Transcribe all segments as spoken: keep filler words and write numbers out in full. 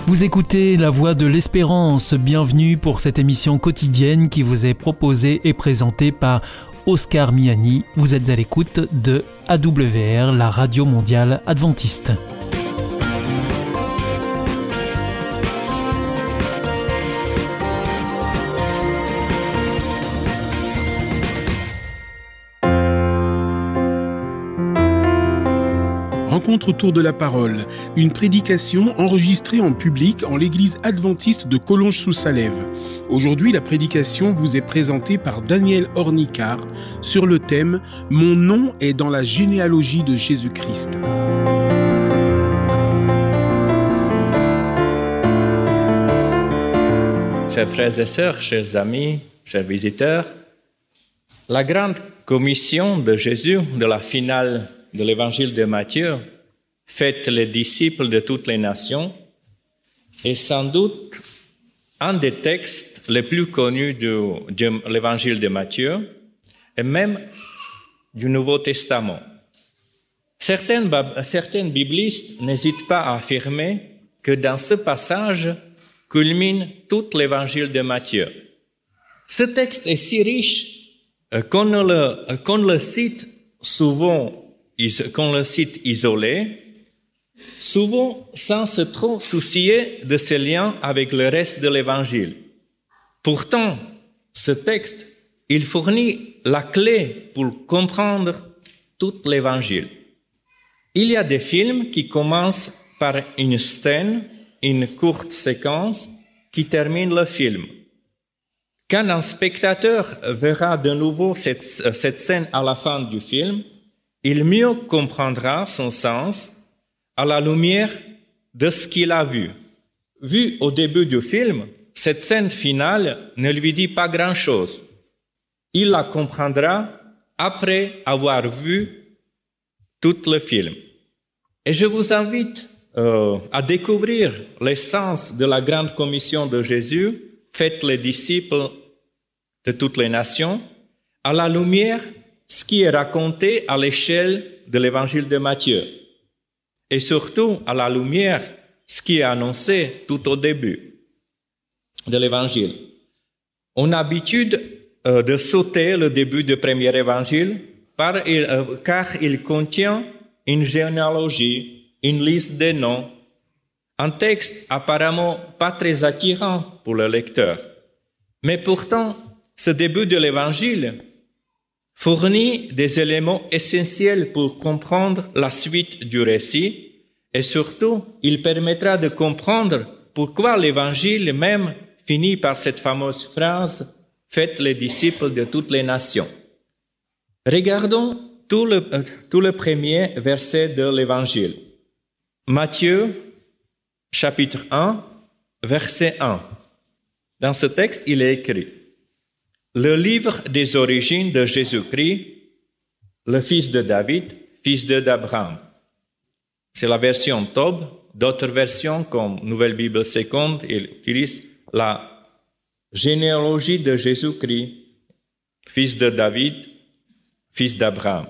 Vous écoutez La Voix de l'Espérance. Bienvenue pour cette émission quotidienne qui vous est proposée et présentée par Oscar Miani. Vous êtes à l'écoute de A W R, la radio mondiale adventiste. Rencontre autour de la parole, une prédication enregistrée en public en l'église adventiste de Collonges-sous-Salève. Aujourd'hui, la prédication vous est présentée par Daniel Ornicard sur le thème « Mon nom est dans la généalogie de Jésus-Christ ». Chers frères et sœurs, chers amis, chers visiteurs, la grande commission de Jésus de la finale de l'évangile de Matthieu, faites les disciples de toutes les nations, est sans doute un des textes les plus connus de, de l'évangile de Matthieu et même du Nouveau Testament. Certains, certains biblistes n'hésitent pas à affirmer que dans ce passage culmine tout l'évangile de Matthieu. Ce texte est si riche qu'on le, qu'on le cite souvent qu'on le cite isolé, souvent sans se trop soucier de ses liens avec le reste de l'Évangile. Pourtant, ce texte, il fournit la clé pour comprendre tout l'Évangile. Il y a des films qui commencent par une scène, une courte séquence qui termine le film. Quand un spectateur verra de nouveau cette, cette scène à la fin du film, il mieux comprendra son sens à la lumière de ce qu'il a vu. Vu au début du film, cette scène finale ne lui dit pas grand-chose. Il la comprendra après avoir vu tout le film. Et je vous invite euh, à découvrir l'essence de la grande commission de Jésus, faites les disciples de toutes les nations, à la lumière ce qui est raconté à l'échelle de l'évangile de Matthieu, et surtout à la lumière ce qui est annoncé tout au début de l'évangile. On a l'habitude euh, de sauter le début du premier évangile par, euh, car il contient une généalogie, une liste des noms, un texte apparemment pas très attirant pour le lecteur. Mais pourtant, ce début de l'évangile fournit des éléments essentiels pour comprendre la suite du récit et surtout, il permettra de comprendre pourquoi l'Évangile même finit par cette fameuse phrase « Faites les disciples de toutes les nations ». Regardons tout le, euh, tout le premier verset de l'Évangile. Matthieu, chapitre un, verset un. Dans ce texte, il est écrit: le livre des origines de Jésus-Christ, le fils de David, fils d'Abraham. C'est la version Tob. D'autres versions, comme Nouvelle Bible seconde, utilisent la généalogie de Jésus-Christ, fils de David, fils d'Abraham.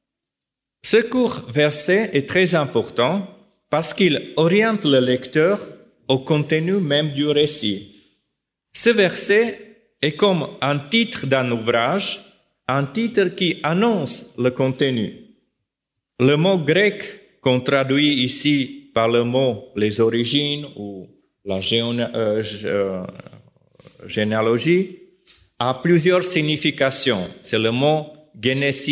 Ce court verset est très important parce qu'il oriente le lecteur au contenu même du récit. Ce verset est comme un titre d'un ouvrage, un titre qui annonce le contenu. Le mot grec qu'on traduit ici par le mot « les origines » ou la géné- euh, euh, généalogie a plusieurs significations. C'est le mot « Genesis »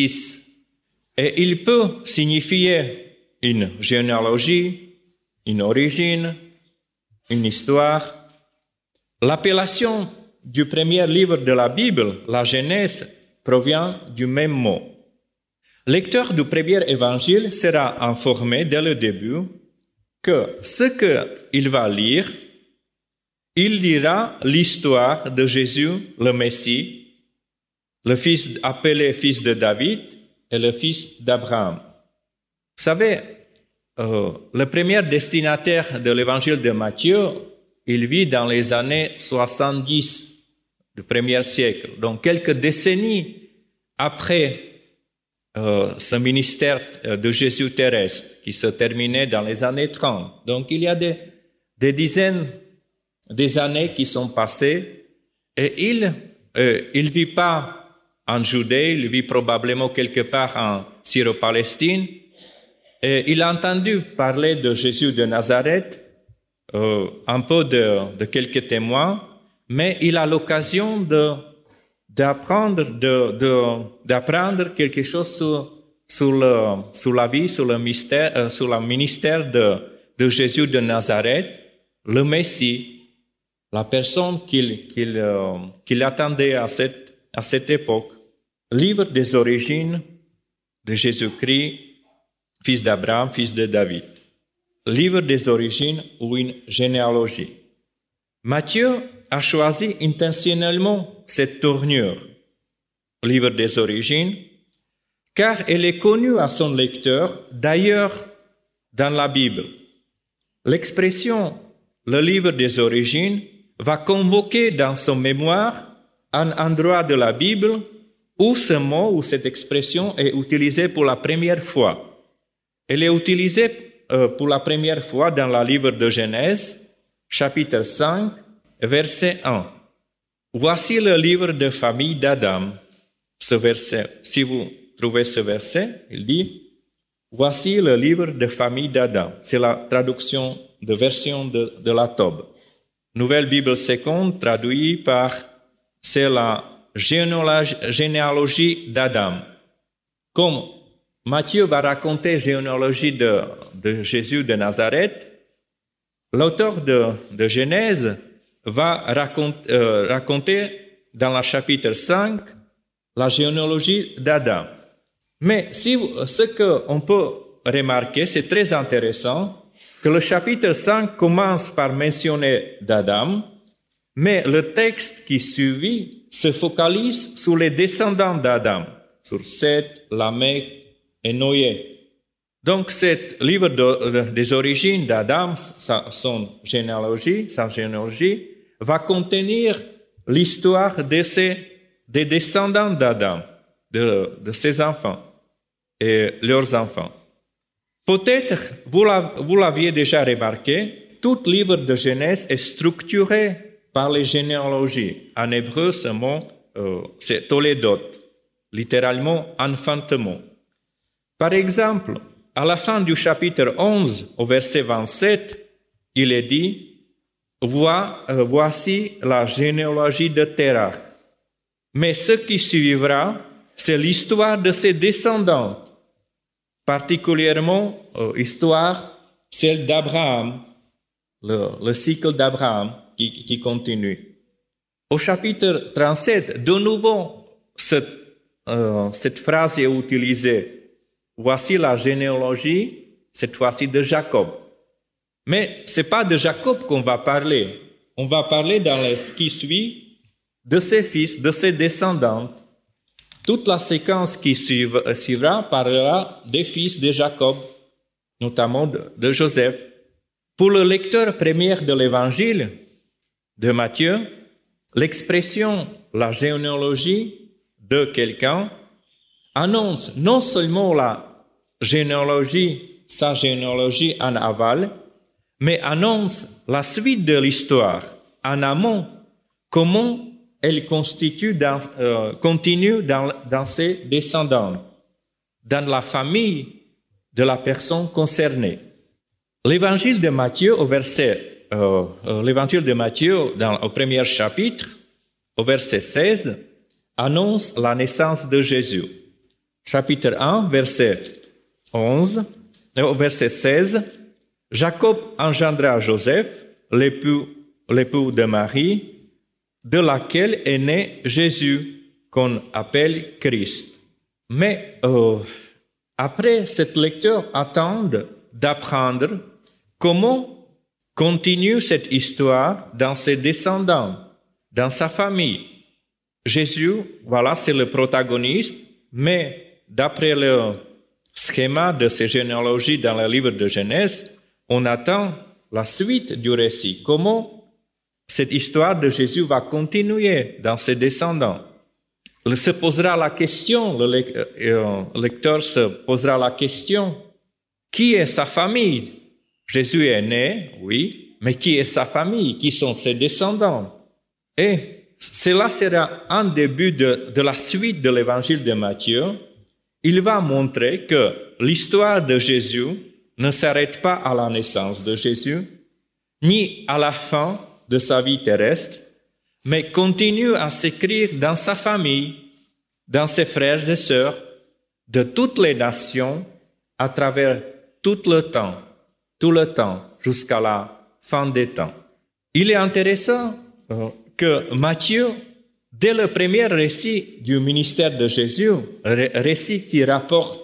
et il peut signifier une généalogie, une origine, une histoire. L'appellation du premier livre de la Bible, la Genèse, provient du même mot. Le lecteur du premier évangile sera informé dès le début que ce qu'il va lire, il lira l'histoire de Jésus, le Messie, le fils appelé fils de David et le fils d'Abraham. Vous savez, euh, le premier destinataire de l'évangile de Matthieu, il vit dans les années soixante-dix du premier siècle, donc quelques décennies après euh, ce ministère de Jésus terrestre qui se terminait dans les années trente. Donc il y a des, des dizaines des années qui sont passées et il euh, il vit pas en Judée, il vit probablement quelque part en Syro-Palestine. Et il a entendu parler de Jésus de Nazareth, euh, un peu de, de quelques témoins, mais il a l'occasion de, d'apprendre, de, de, d'apprendre quelque chose sur, sur, le, sur la vie, sur le, mystère, euh, sur le ministère de, de Jésus de Nazareth, le Messie, la personne qu'il, qu'il, euh, qu'il attendait à cette, à cette époque. Livre des origines de Jésus-Christ, fils d'Abraham, fils de David. Livre des origines ou une généalogie. Matthieu a choisi intentionnellement cette tournure, livre des origines, car elle est connue à son lecteur, d'ailleurs dans la Bible. L'expression « le livre des origines » va convoquer dans son mémoire un endroit de la Bible où ce mot ou cette expression est utilisée pour la première fois. Elle est utilisée euh, pour la première fois dans le livre de Genèse, chapitre cinq, verset un. Voici le livre de famille d'Adam. Ce verset, si vous trouvez ce verset, il dit « Voici le livre de famille d'Adam ». C'est la traduction de version de, de la Tobe. Nouvelle Bible seconde traduit par « C'est la généalogie d'Adam ». Comme Matthieu va raconter la généalogie de, de Jésus de Nazareth, l'auteur de, de Genèse va raconter, euh, raconter dans le chapitre cinq la généalogie d'Adam. Mais si, ce qu'on peut remarquer, c'est très intéressant, que le chapitre cinq commence par mentionner d'Adam, mais le texte qui suit se focalise sur les descendants d'Adam, sur Seth, Lamech et Noé. Donc, ce livre de, de, des origines d'Adam, sa, son généalogie, sa généalogie, va contenir l'histoire de ses, des descendants d'Adam, de, de ses enfants et leurs enfants. Peut-être, vous l'aviez déjà remarqué, tout livre de Genèse est structuré par les généalogies. En hébreu, ce mot, euh, c'est toledot, littéralement enfantement. Par exemple, à la fin du chapitre onze, au verset vingt-sept, il est dit « Voici la généalogie de Terach ». Mais ce qui suivra, c'est l'histoire de ses descendants, particulièrement euh, histoire, celle d'Abraham, le, le cycle d'Abraham qui, qui continue. Au chapitre trente-sept, de nouveau, cette, euh, cette phrase est utilisée. Voici la généalogie, cette fois-ci de Jacob. Mais ce n'est pas de Jacob qu'on va parler. On va parler dans ce qui suit de ses fils, de ses descendants. Toute la séquence qui suivra parlera des fils de Jacob, notamment de, de Joseph. Pour le lecteur premier de l'Évangile de Matthieu, l'expression « la généalogie de quelqu'un » annonce non seulement la généalogie, sa généalogie en aval, mais annonce la suite de l'histoire en amont, comment elle constitue dans, euh, continue dans, dans ses descendants, dans la famille de la personne concernée. L'évangile de Matthieu, au verset, euh, l'évangile de Matthieu, dans, au premier chapitre, au verset seize, annonce la naissance de Jésus. Chapitre un, verset onze, au verset seize, Jacob engendra Joseph, l'époux, l'époux de Marie, de laquelle est né Jésus, qu'on appelle Christ. Mais euh, après, cette lecture attend d'apprendre comment continue cette histoire dans ses descendants, dans sa famille. Jésus, voilà, c'est le protagoniste, mais d'après le schéma de ces généalogies dans le livre de Genèse, on attend la suite du récit. Comment cette histoire de Jésus va continuer dans ses descendants. Il se posera la question, le lecteur se posera la question, qui est sa famille? Jésus est né, oui, mais qui est sa famille, qui sont ses descendants. Et cela sera un début de, de la suite de l'évangile de Matthieu. Il va montrer que l'histoire de Jésus ne s'arrête pas à la naissance de Jésus, ni à la fin de sa vie terrestre, mais continue à s'écrire dans sa famille, dans ses frères et sœurs, de toutes les nations, à travers tout le temps, tout le temps, jusqu'à la fin des temps. Il est intéressant que Matthieu, dès le premier récit du ministère de Jésus, récit qui rapporte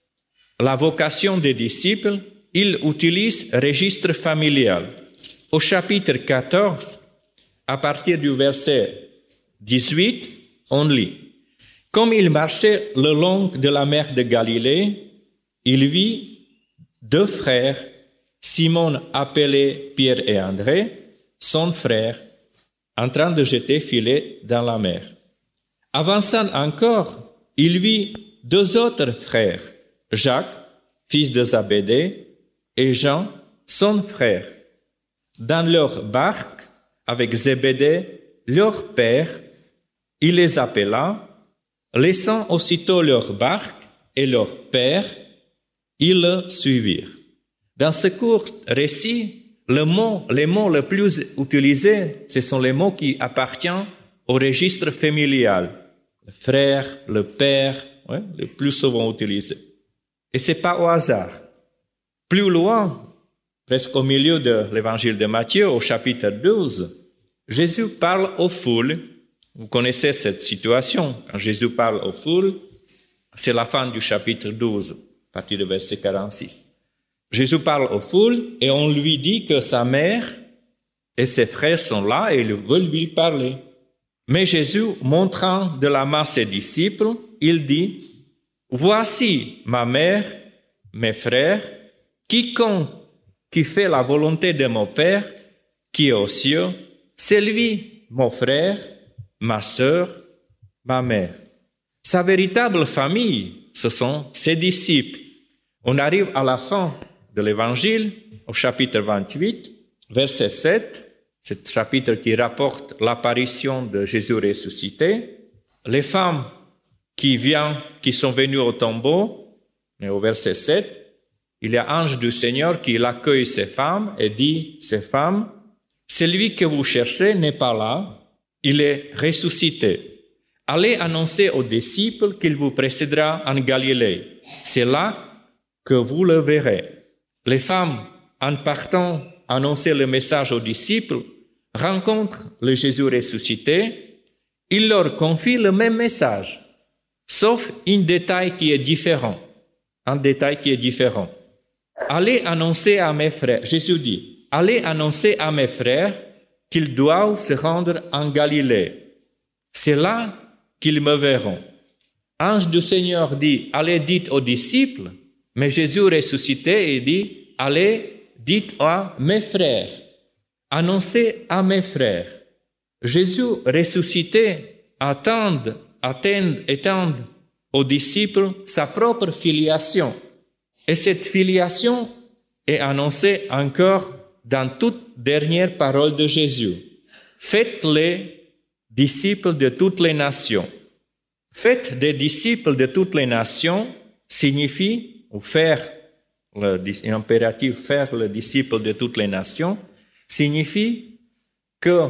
la vocation des disciples, il utilise registre familial. Au chapitre quatorze, à partir du verset dix-huit, on lit « Comme il marchait le long de la mer de Galilée, il vit deux frères, Simon appelé Pierre et André, son frère, en train de jeter filet dans la mer. Avançant encore, il vit deux autres frères, Jacques, fils de Zabédée, et Jean, son frère, dans leur barque avec Zébédée, leur père. Il les appela, laissant aussitôt leur barque et leur père, ils le suivirent. » Dans ce court récit, le mot, les mots les plus utilisés, ce sont les mots qui appartiennent au registre familial. Le frère, le père, ouais, le plus souvent utilisés. Et ce n'est pas au hasard. Plus loin, presque au milieu de l'évangile de Matthieu, au chapitre douze, Jésus parle aux foules. Vous connaissez cette situation. Quand Jésus parle aux foules, c'est la fin du chapitre douze, à partir du verset quarante-six. Jésus parle aux foules et on lui dit que sa mère et ses frères sont là et ils veulent lui parler. Mais Jésus, montrant de la main ses disciples, il dit « Voici ma mère, mes frères, quiconque qui fait la volonté de mon Père qui est aux cieux, c'est lui, mon frère, ma sœur, ma mère. » Sa véritable famille, ce sont ses disciples. On arrive à la fin de l'Évangile, au chapitre vingt-huit, verset sept, c'est le chapitre qui rapporte l'apparition de Jésus ressuscité. Les femmes qui viennent, qui sont venues au tombeau, mais au verset sept, il y a l'ange du Seigneur qui accueille ces femmes et dit, ces femmes, celui que vous cherchez n'est pas là, il est ressuscité. Allez annoncer aux disciples qu'il vous précédera en Galilée. C'est là que vous le verrez. Les femmes, en partant annoncer le message aux disciples, rencontrent le Jésus ressuscité. Il leur confie le même message, sauf un détail qui est différent. Un détail qui est différent. Allez annoncer à mes frères, Jésus dit, allez annoncer à mes frères qu'ils doivent se rendre en Galilée. C'est là qu'ils me verront. Ange du Seigneur dit, allez dites aux disciples, mais Jésus ressuscité et dit, allez, dites à mes frères, annoncez à mes frères. Jésus ressuscité attend, attend, attend aux disciples sa propre filiation. Et cette filiation est annoncée encore dans toute dernière parole de Jésus. Faites-les disciples de toutes les nations. Faites des disciples de toutes les nations signifie ou faire, l'impératif faire le disciple de toutes les nations, signifie que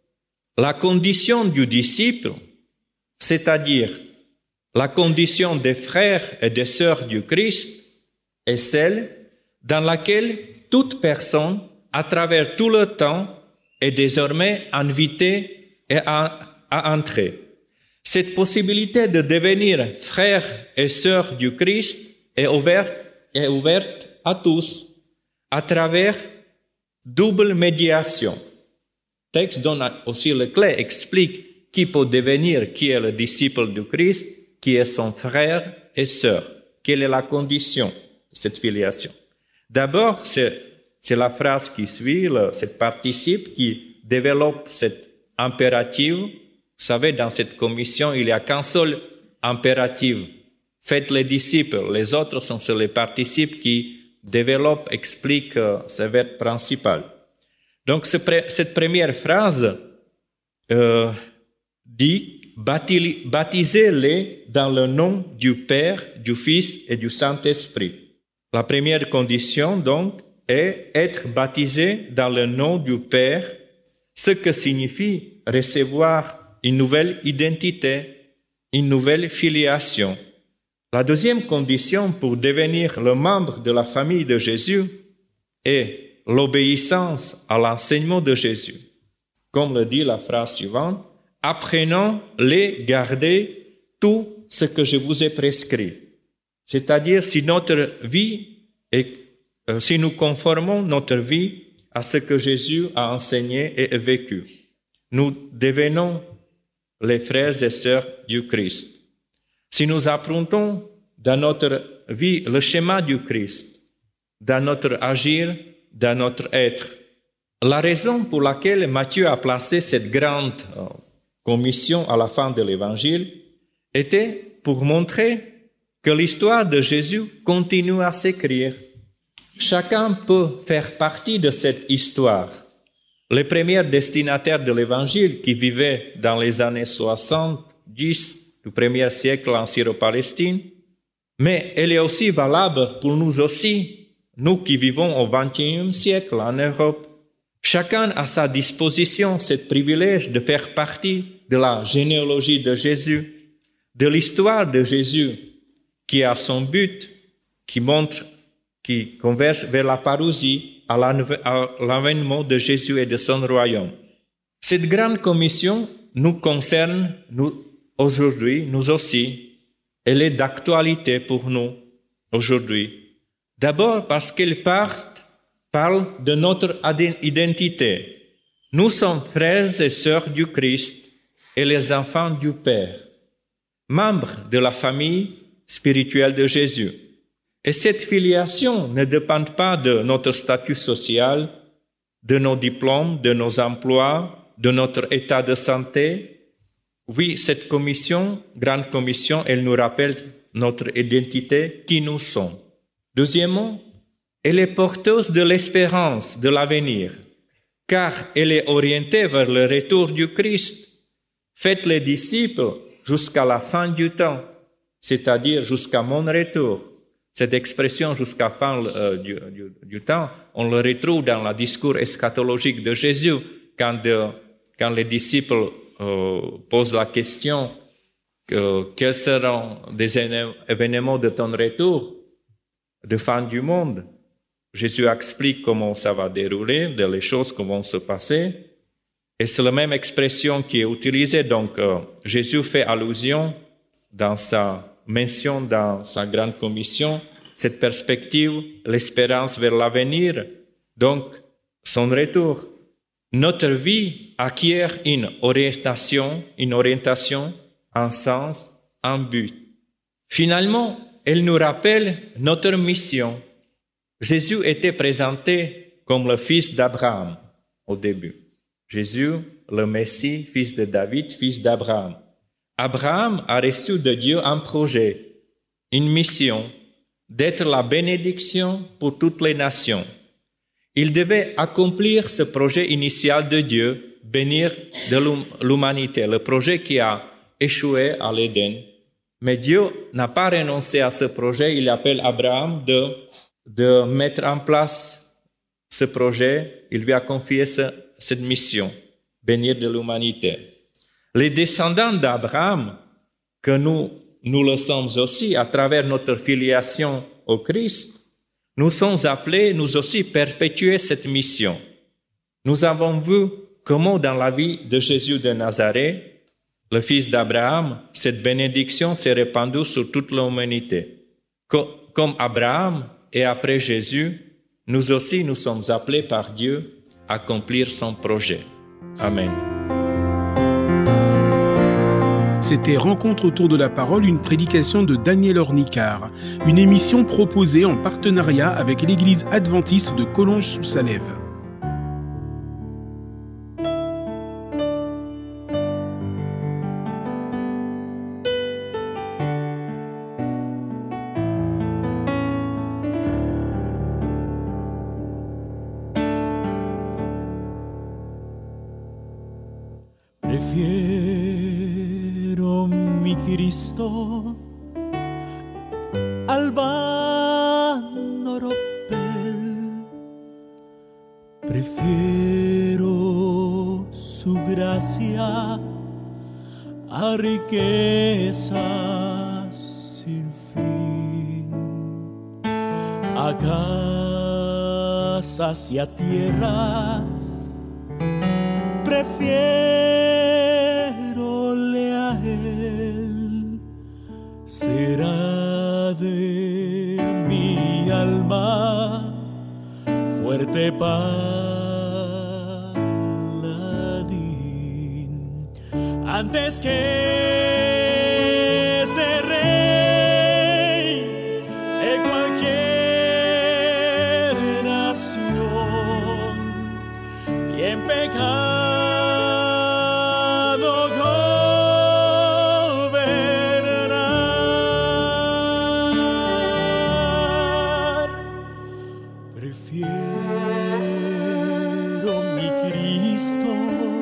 la condition du disciple, c'est-à-dire la condition des frères et des sœurs du Christ, est celle dans laquelle toute personne, à travers tout le temps, est désormais invitée et à, à entrer. Cette possibilité de devenir frère et sœur du Christ est ouverte, est ouverte à tous à travers double médiation. Le texte donne aussi le clé, explique qui peut devenir, qui est le disciple du Christ, qui est son frère et sœur, quelle est la condition de cette filiation. D'abord, c'est, c'est la phrase qui suit, le, cette participe qui développe cet impératif. Vous savez, dans cette commission, il n'y a qu'un seul impératif. Faites les disciples. Les autres sont sur les participes qui développent, expliquent ce verbe principal. Donc cette première phrase euh, dit « Baptisez-les dans le nom du Père, du Fils et du Saint-Esprit ». La première condition, donc, est être baptisé dans le nom du Père, ce que signifie recevoir une nouvelle identité, une nouvelle filiation. La deuxième condition pour devenir le membre de la famille de Jésus est l'obéissance à l'enseignement de Jésus. Comme le dit la phrase suivante, « Apprenons-les garder tout ce que je vous ai prescrit ». C'est-à-dire si notre vie, est, euh, si nous conformons notre vie à ce que Jésus a enseigné et vécu, nous devenons les frères et sœurs du Christ. Si nous apprenons dans notre vie le schéma du Christ, dans notre agir, dans notre être, la raison pour laquelle Matthieu a placé cette grande euh, commission à la fin de l'Évangile était pour montrer que l'histoire de Jésus continue à s'écrire. Chacun peut faire partie de cette histoire. Les premiers destinataires de l'Évangile qui vivaient dans les années soixante-dix du premier siècle en Syro-Palestine, mais elle est aussi valable pour nous aussi, nous qui vivons au vingt et unième siècle en Europe. Chacun a à sa disposition ce privilège de faire partie de la généalogie de Jésus, de l'histoire de Jésus, qui a son but, qui montre, qui converge vers la parousie, à l'avènement de Jésus et de son royaume. Cette grande commission nous concerne nous, aujourd'hui, nous aussi. Elle est d'actualité pour nous aujourd'hui. D'abord parce qu'elle parle de notre identité. Nous sommes frères et sœurs du Christ et les enfants du Père, membres de la famille spirituelle de Jésus. Et cette filiation ne dépend pas de notre statut social, de nos diplômes, de nos emplois, de notre état de santé. Oui, cette commission, grande commission, elle nous rappelle notre identité, qui nous sommes. Deuxièmement, elle est porteuse de l'espérance de l'avenir, car elle est orientée vers le retour du Christ. Faites les disciples jusqu'à la fin du temps, c'est-à-dire jusqu'à mon retour. Cette expression jusqu'à la fin euh, du, du, du temps, on le retrouve dans le discours eschatologique de Jésus, quand, de, quand les disciples euh, posent la question euh, quels seront des événements de ton retour, de fin du monde. Jésus explique comment ça va dérouler, de les choses qui vont se passer. Et c'est la même expression qui est utilisée. Donc, euh, Jésus fait allusion dans sa mention dans sa grande commission, cette perspective, l'espérance vers l'avenir, donc son retour. Notre vie acquiert une orientation, une orientation, un sens, un but. Finalement, elle nous rappelle notre mission. Jésus était présenté comme le fils d'Abraham au début. Jésus, le Messie, fils de David, fils d'Abraham. Abraham a reçu de Dieu un projet, une mission, d'être la bénédiction pour toutes les nations. Il devait accomplir ce projet initial de Dieu, bénir de l'humanité, le projet qui a échoué à l'Éden. Mais Dieu n'a pas renoncé à ce projet, il appelle Abraham de, de mettre en place ce projet, il lui a confié ce, cette mission, bénir de l'humanité. Les descendants d'Abraham, que nous, nous le sommes aussi à travers notre filiation au Christ, nous sommes appelés, nous aussi, perpétuer cette mission. Nous avons vu comment dans la vie de Jésus de Nazareth, le fils d'Abraham, cette bénédiction s'est répandue sur toute l'humanité. Comme Abraham et après Jésus, nous aussi, nous sommes appelés par Dieu à accomplir son projet. Amen. C'était Rencontre autour de la parole, une prédication de Daniel Ornicard, une émission proposée en partenariat avec l'Église adventiste de Collonges-sous-Salève. Cristo alban oropel. Prefiero su gracia a riquezas sin fin, a casas y a tierras. Prefierole a él, será de mi alma fuerte paladín, antes que ser rey de cualquier nación y en pecado gobernar. Prefiero mi Cristo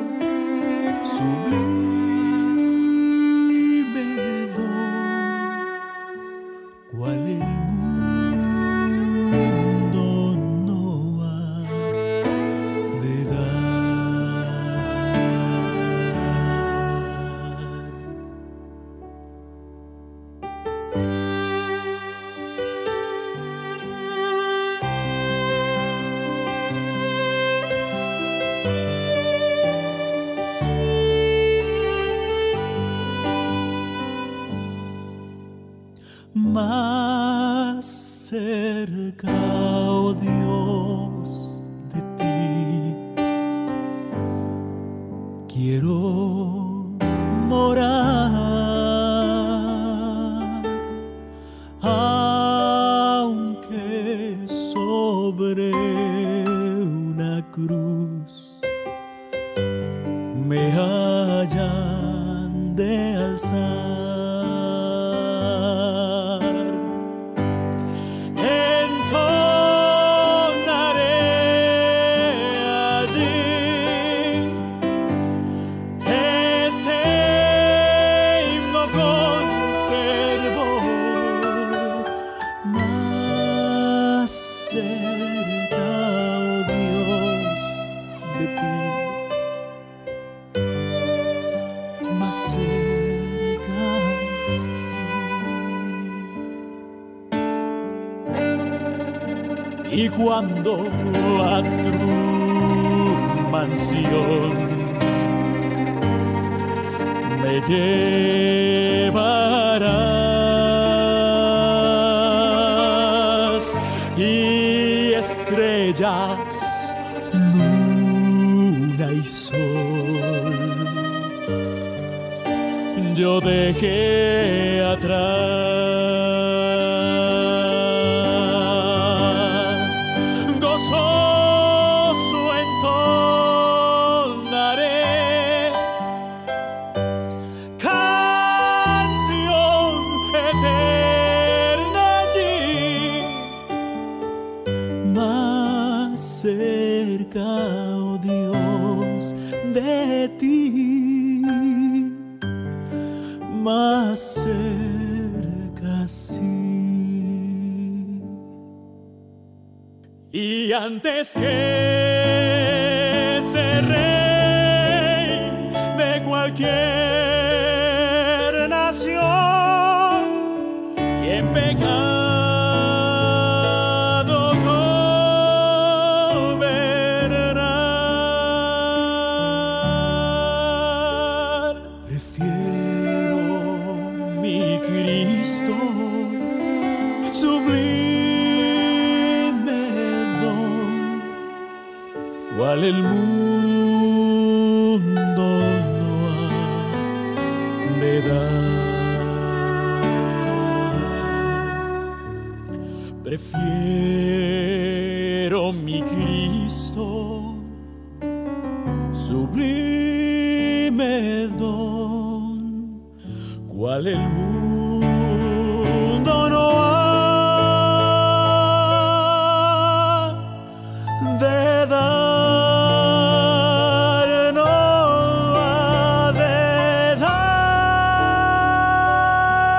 sublime don, cual el mundo no ha de dar. Más cerca, oh Dios, de ti quiero morar, aunque sobre una cruz me hayan de alzar. Y cuando a tu mansión me llevarás, y estrellas, luna y sol yo dejé atrás, gozoso entonaré canción eterna allí, más cerca, oh Dios, de ti, más cerca, sí. Y antes que ser rey de cualquier nación y en pecado gobernar, prefiero mi Cristo sublime don, cual el mundo no ha de dar. Prefiero mi Cristo sublime don, cual el mundo no ha de dar, no ha de dar.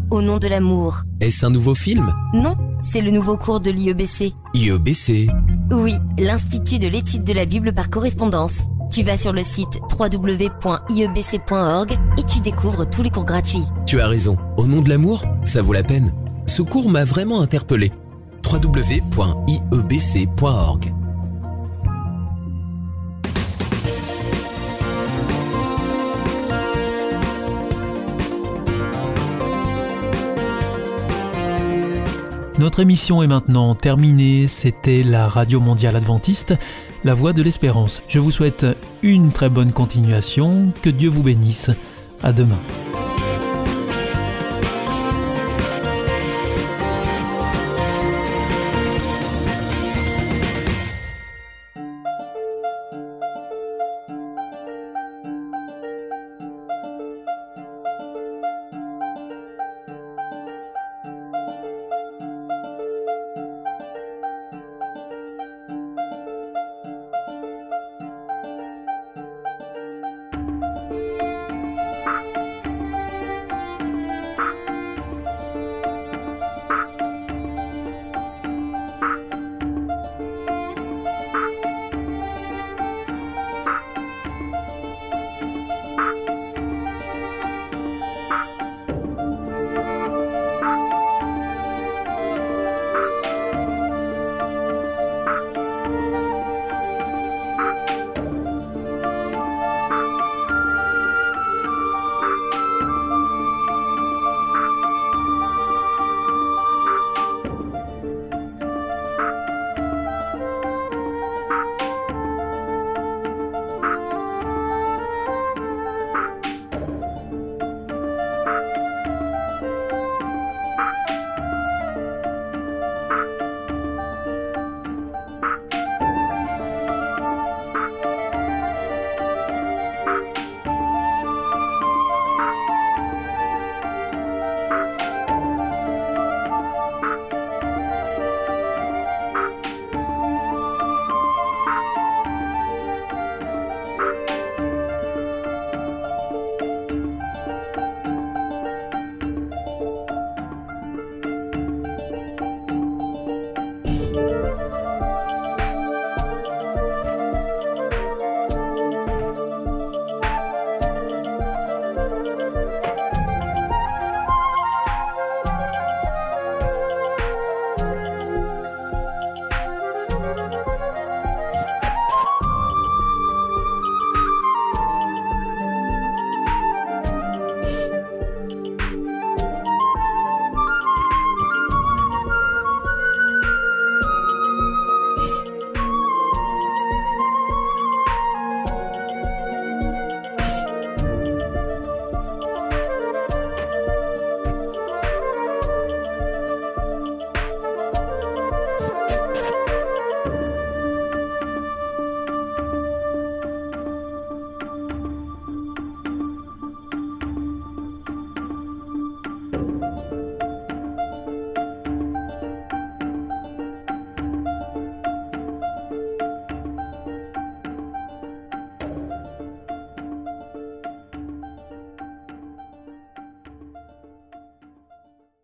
Au nom de l'amour. Est-ce un nouveau film? Non, c'est le nouveau cours de l'I E B C. I E B C? Oui, l'Institut de l'étude de la Bible par correspondance. Tu vas sur le site w w w point i e b c point org et tu découvres tous les cours gratuits. Tu as raison, au nom de l'amour, ça vaut la peine. Ce cours m'a vraiment interpellé. w w w point i e b c point org. Notre émission est maintenant terminée. C'était la Radio Mondiale Adventiste, la Voix de l'Espérance. Je vous souhaite une très bonne continuation. Que Dieu vous bénisse. À demain.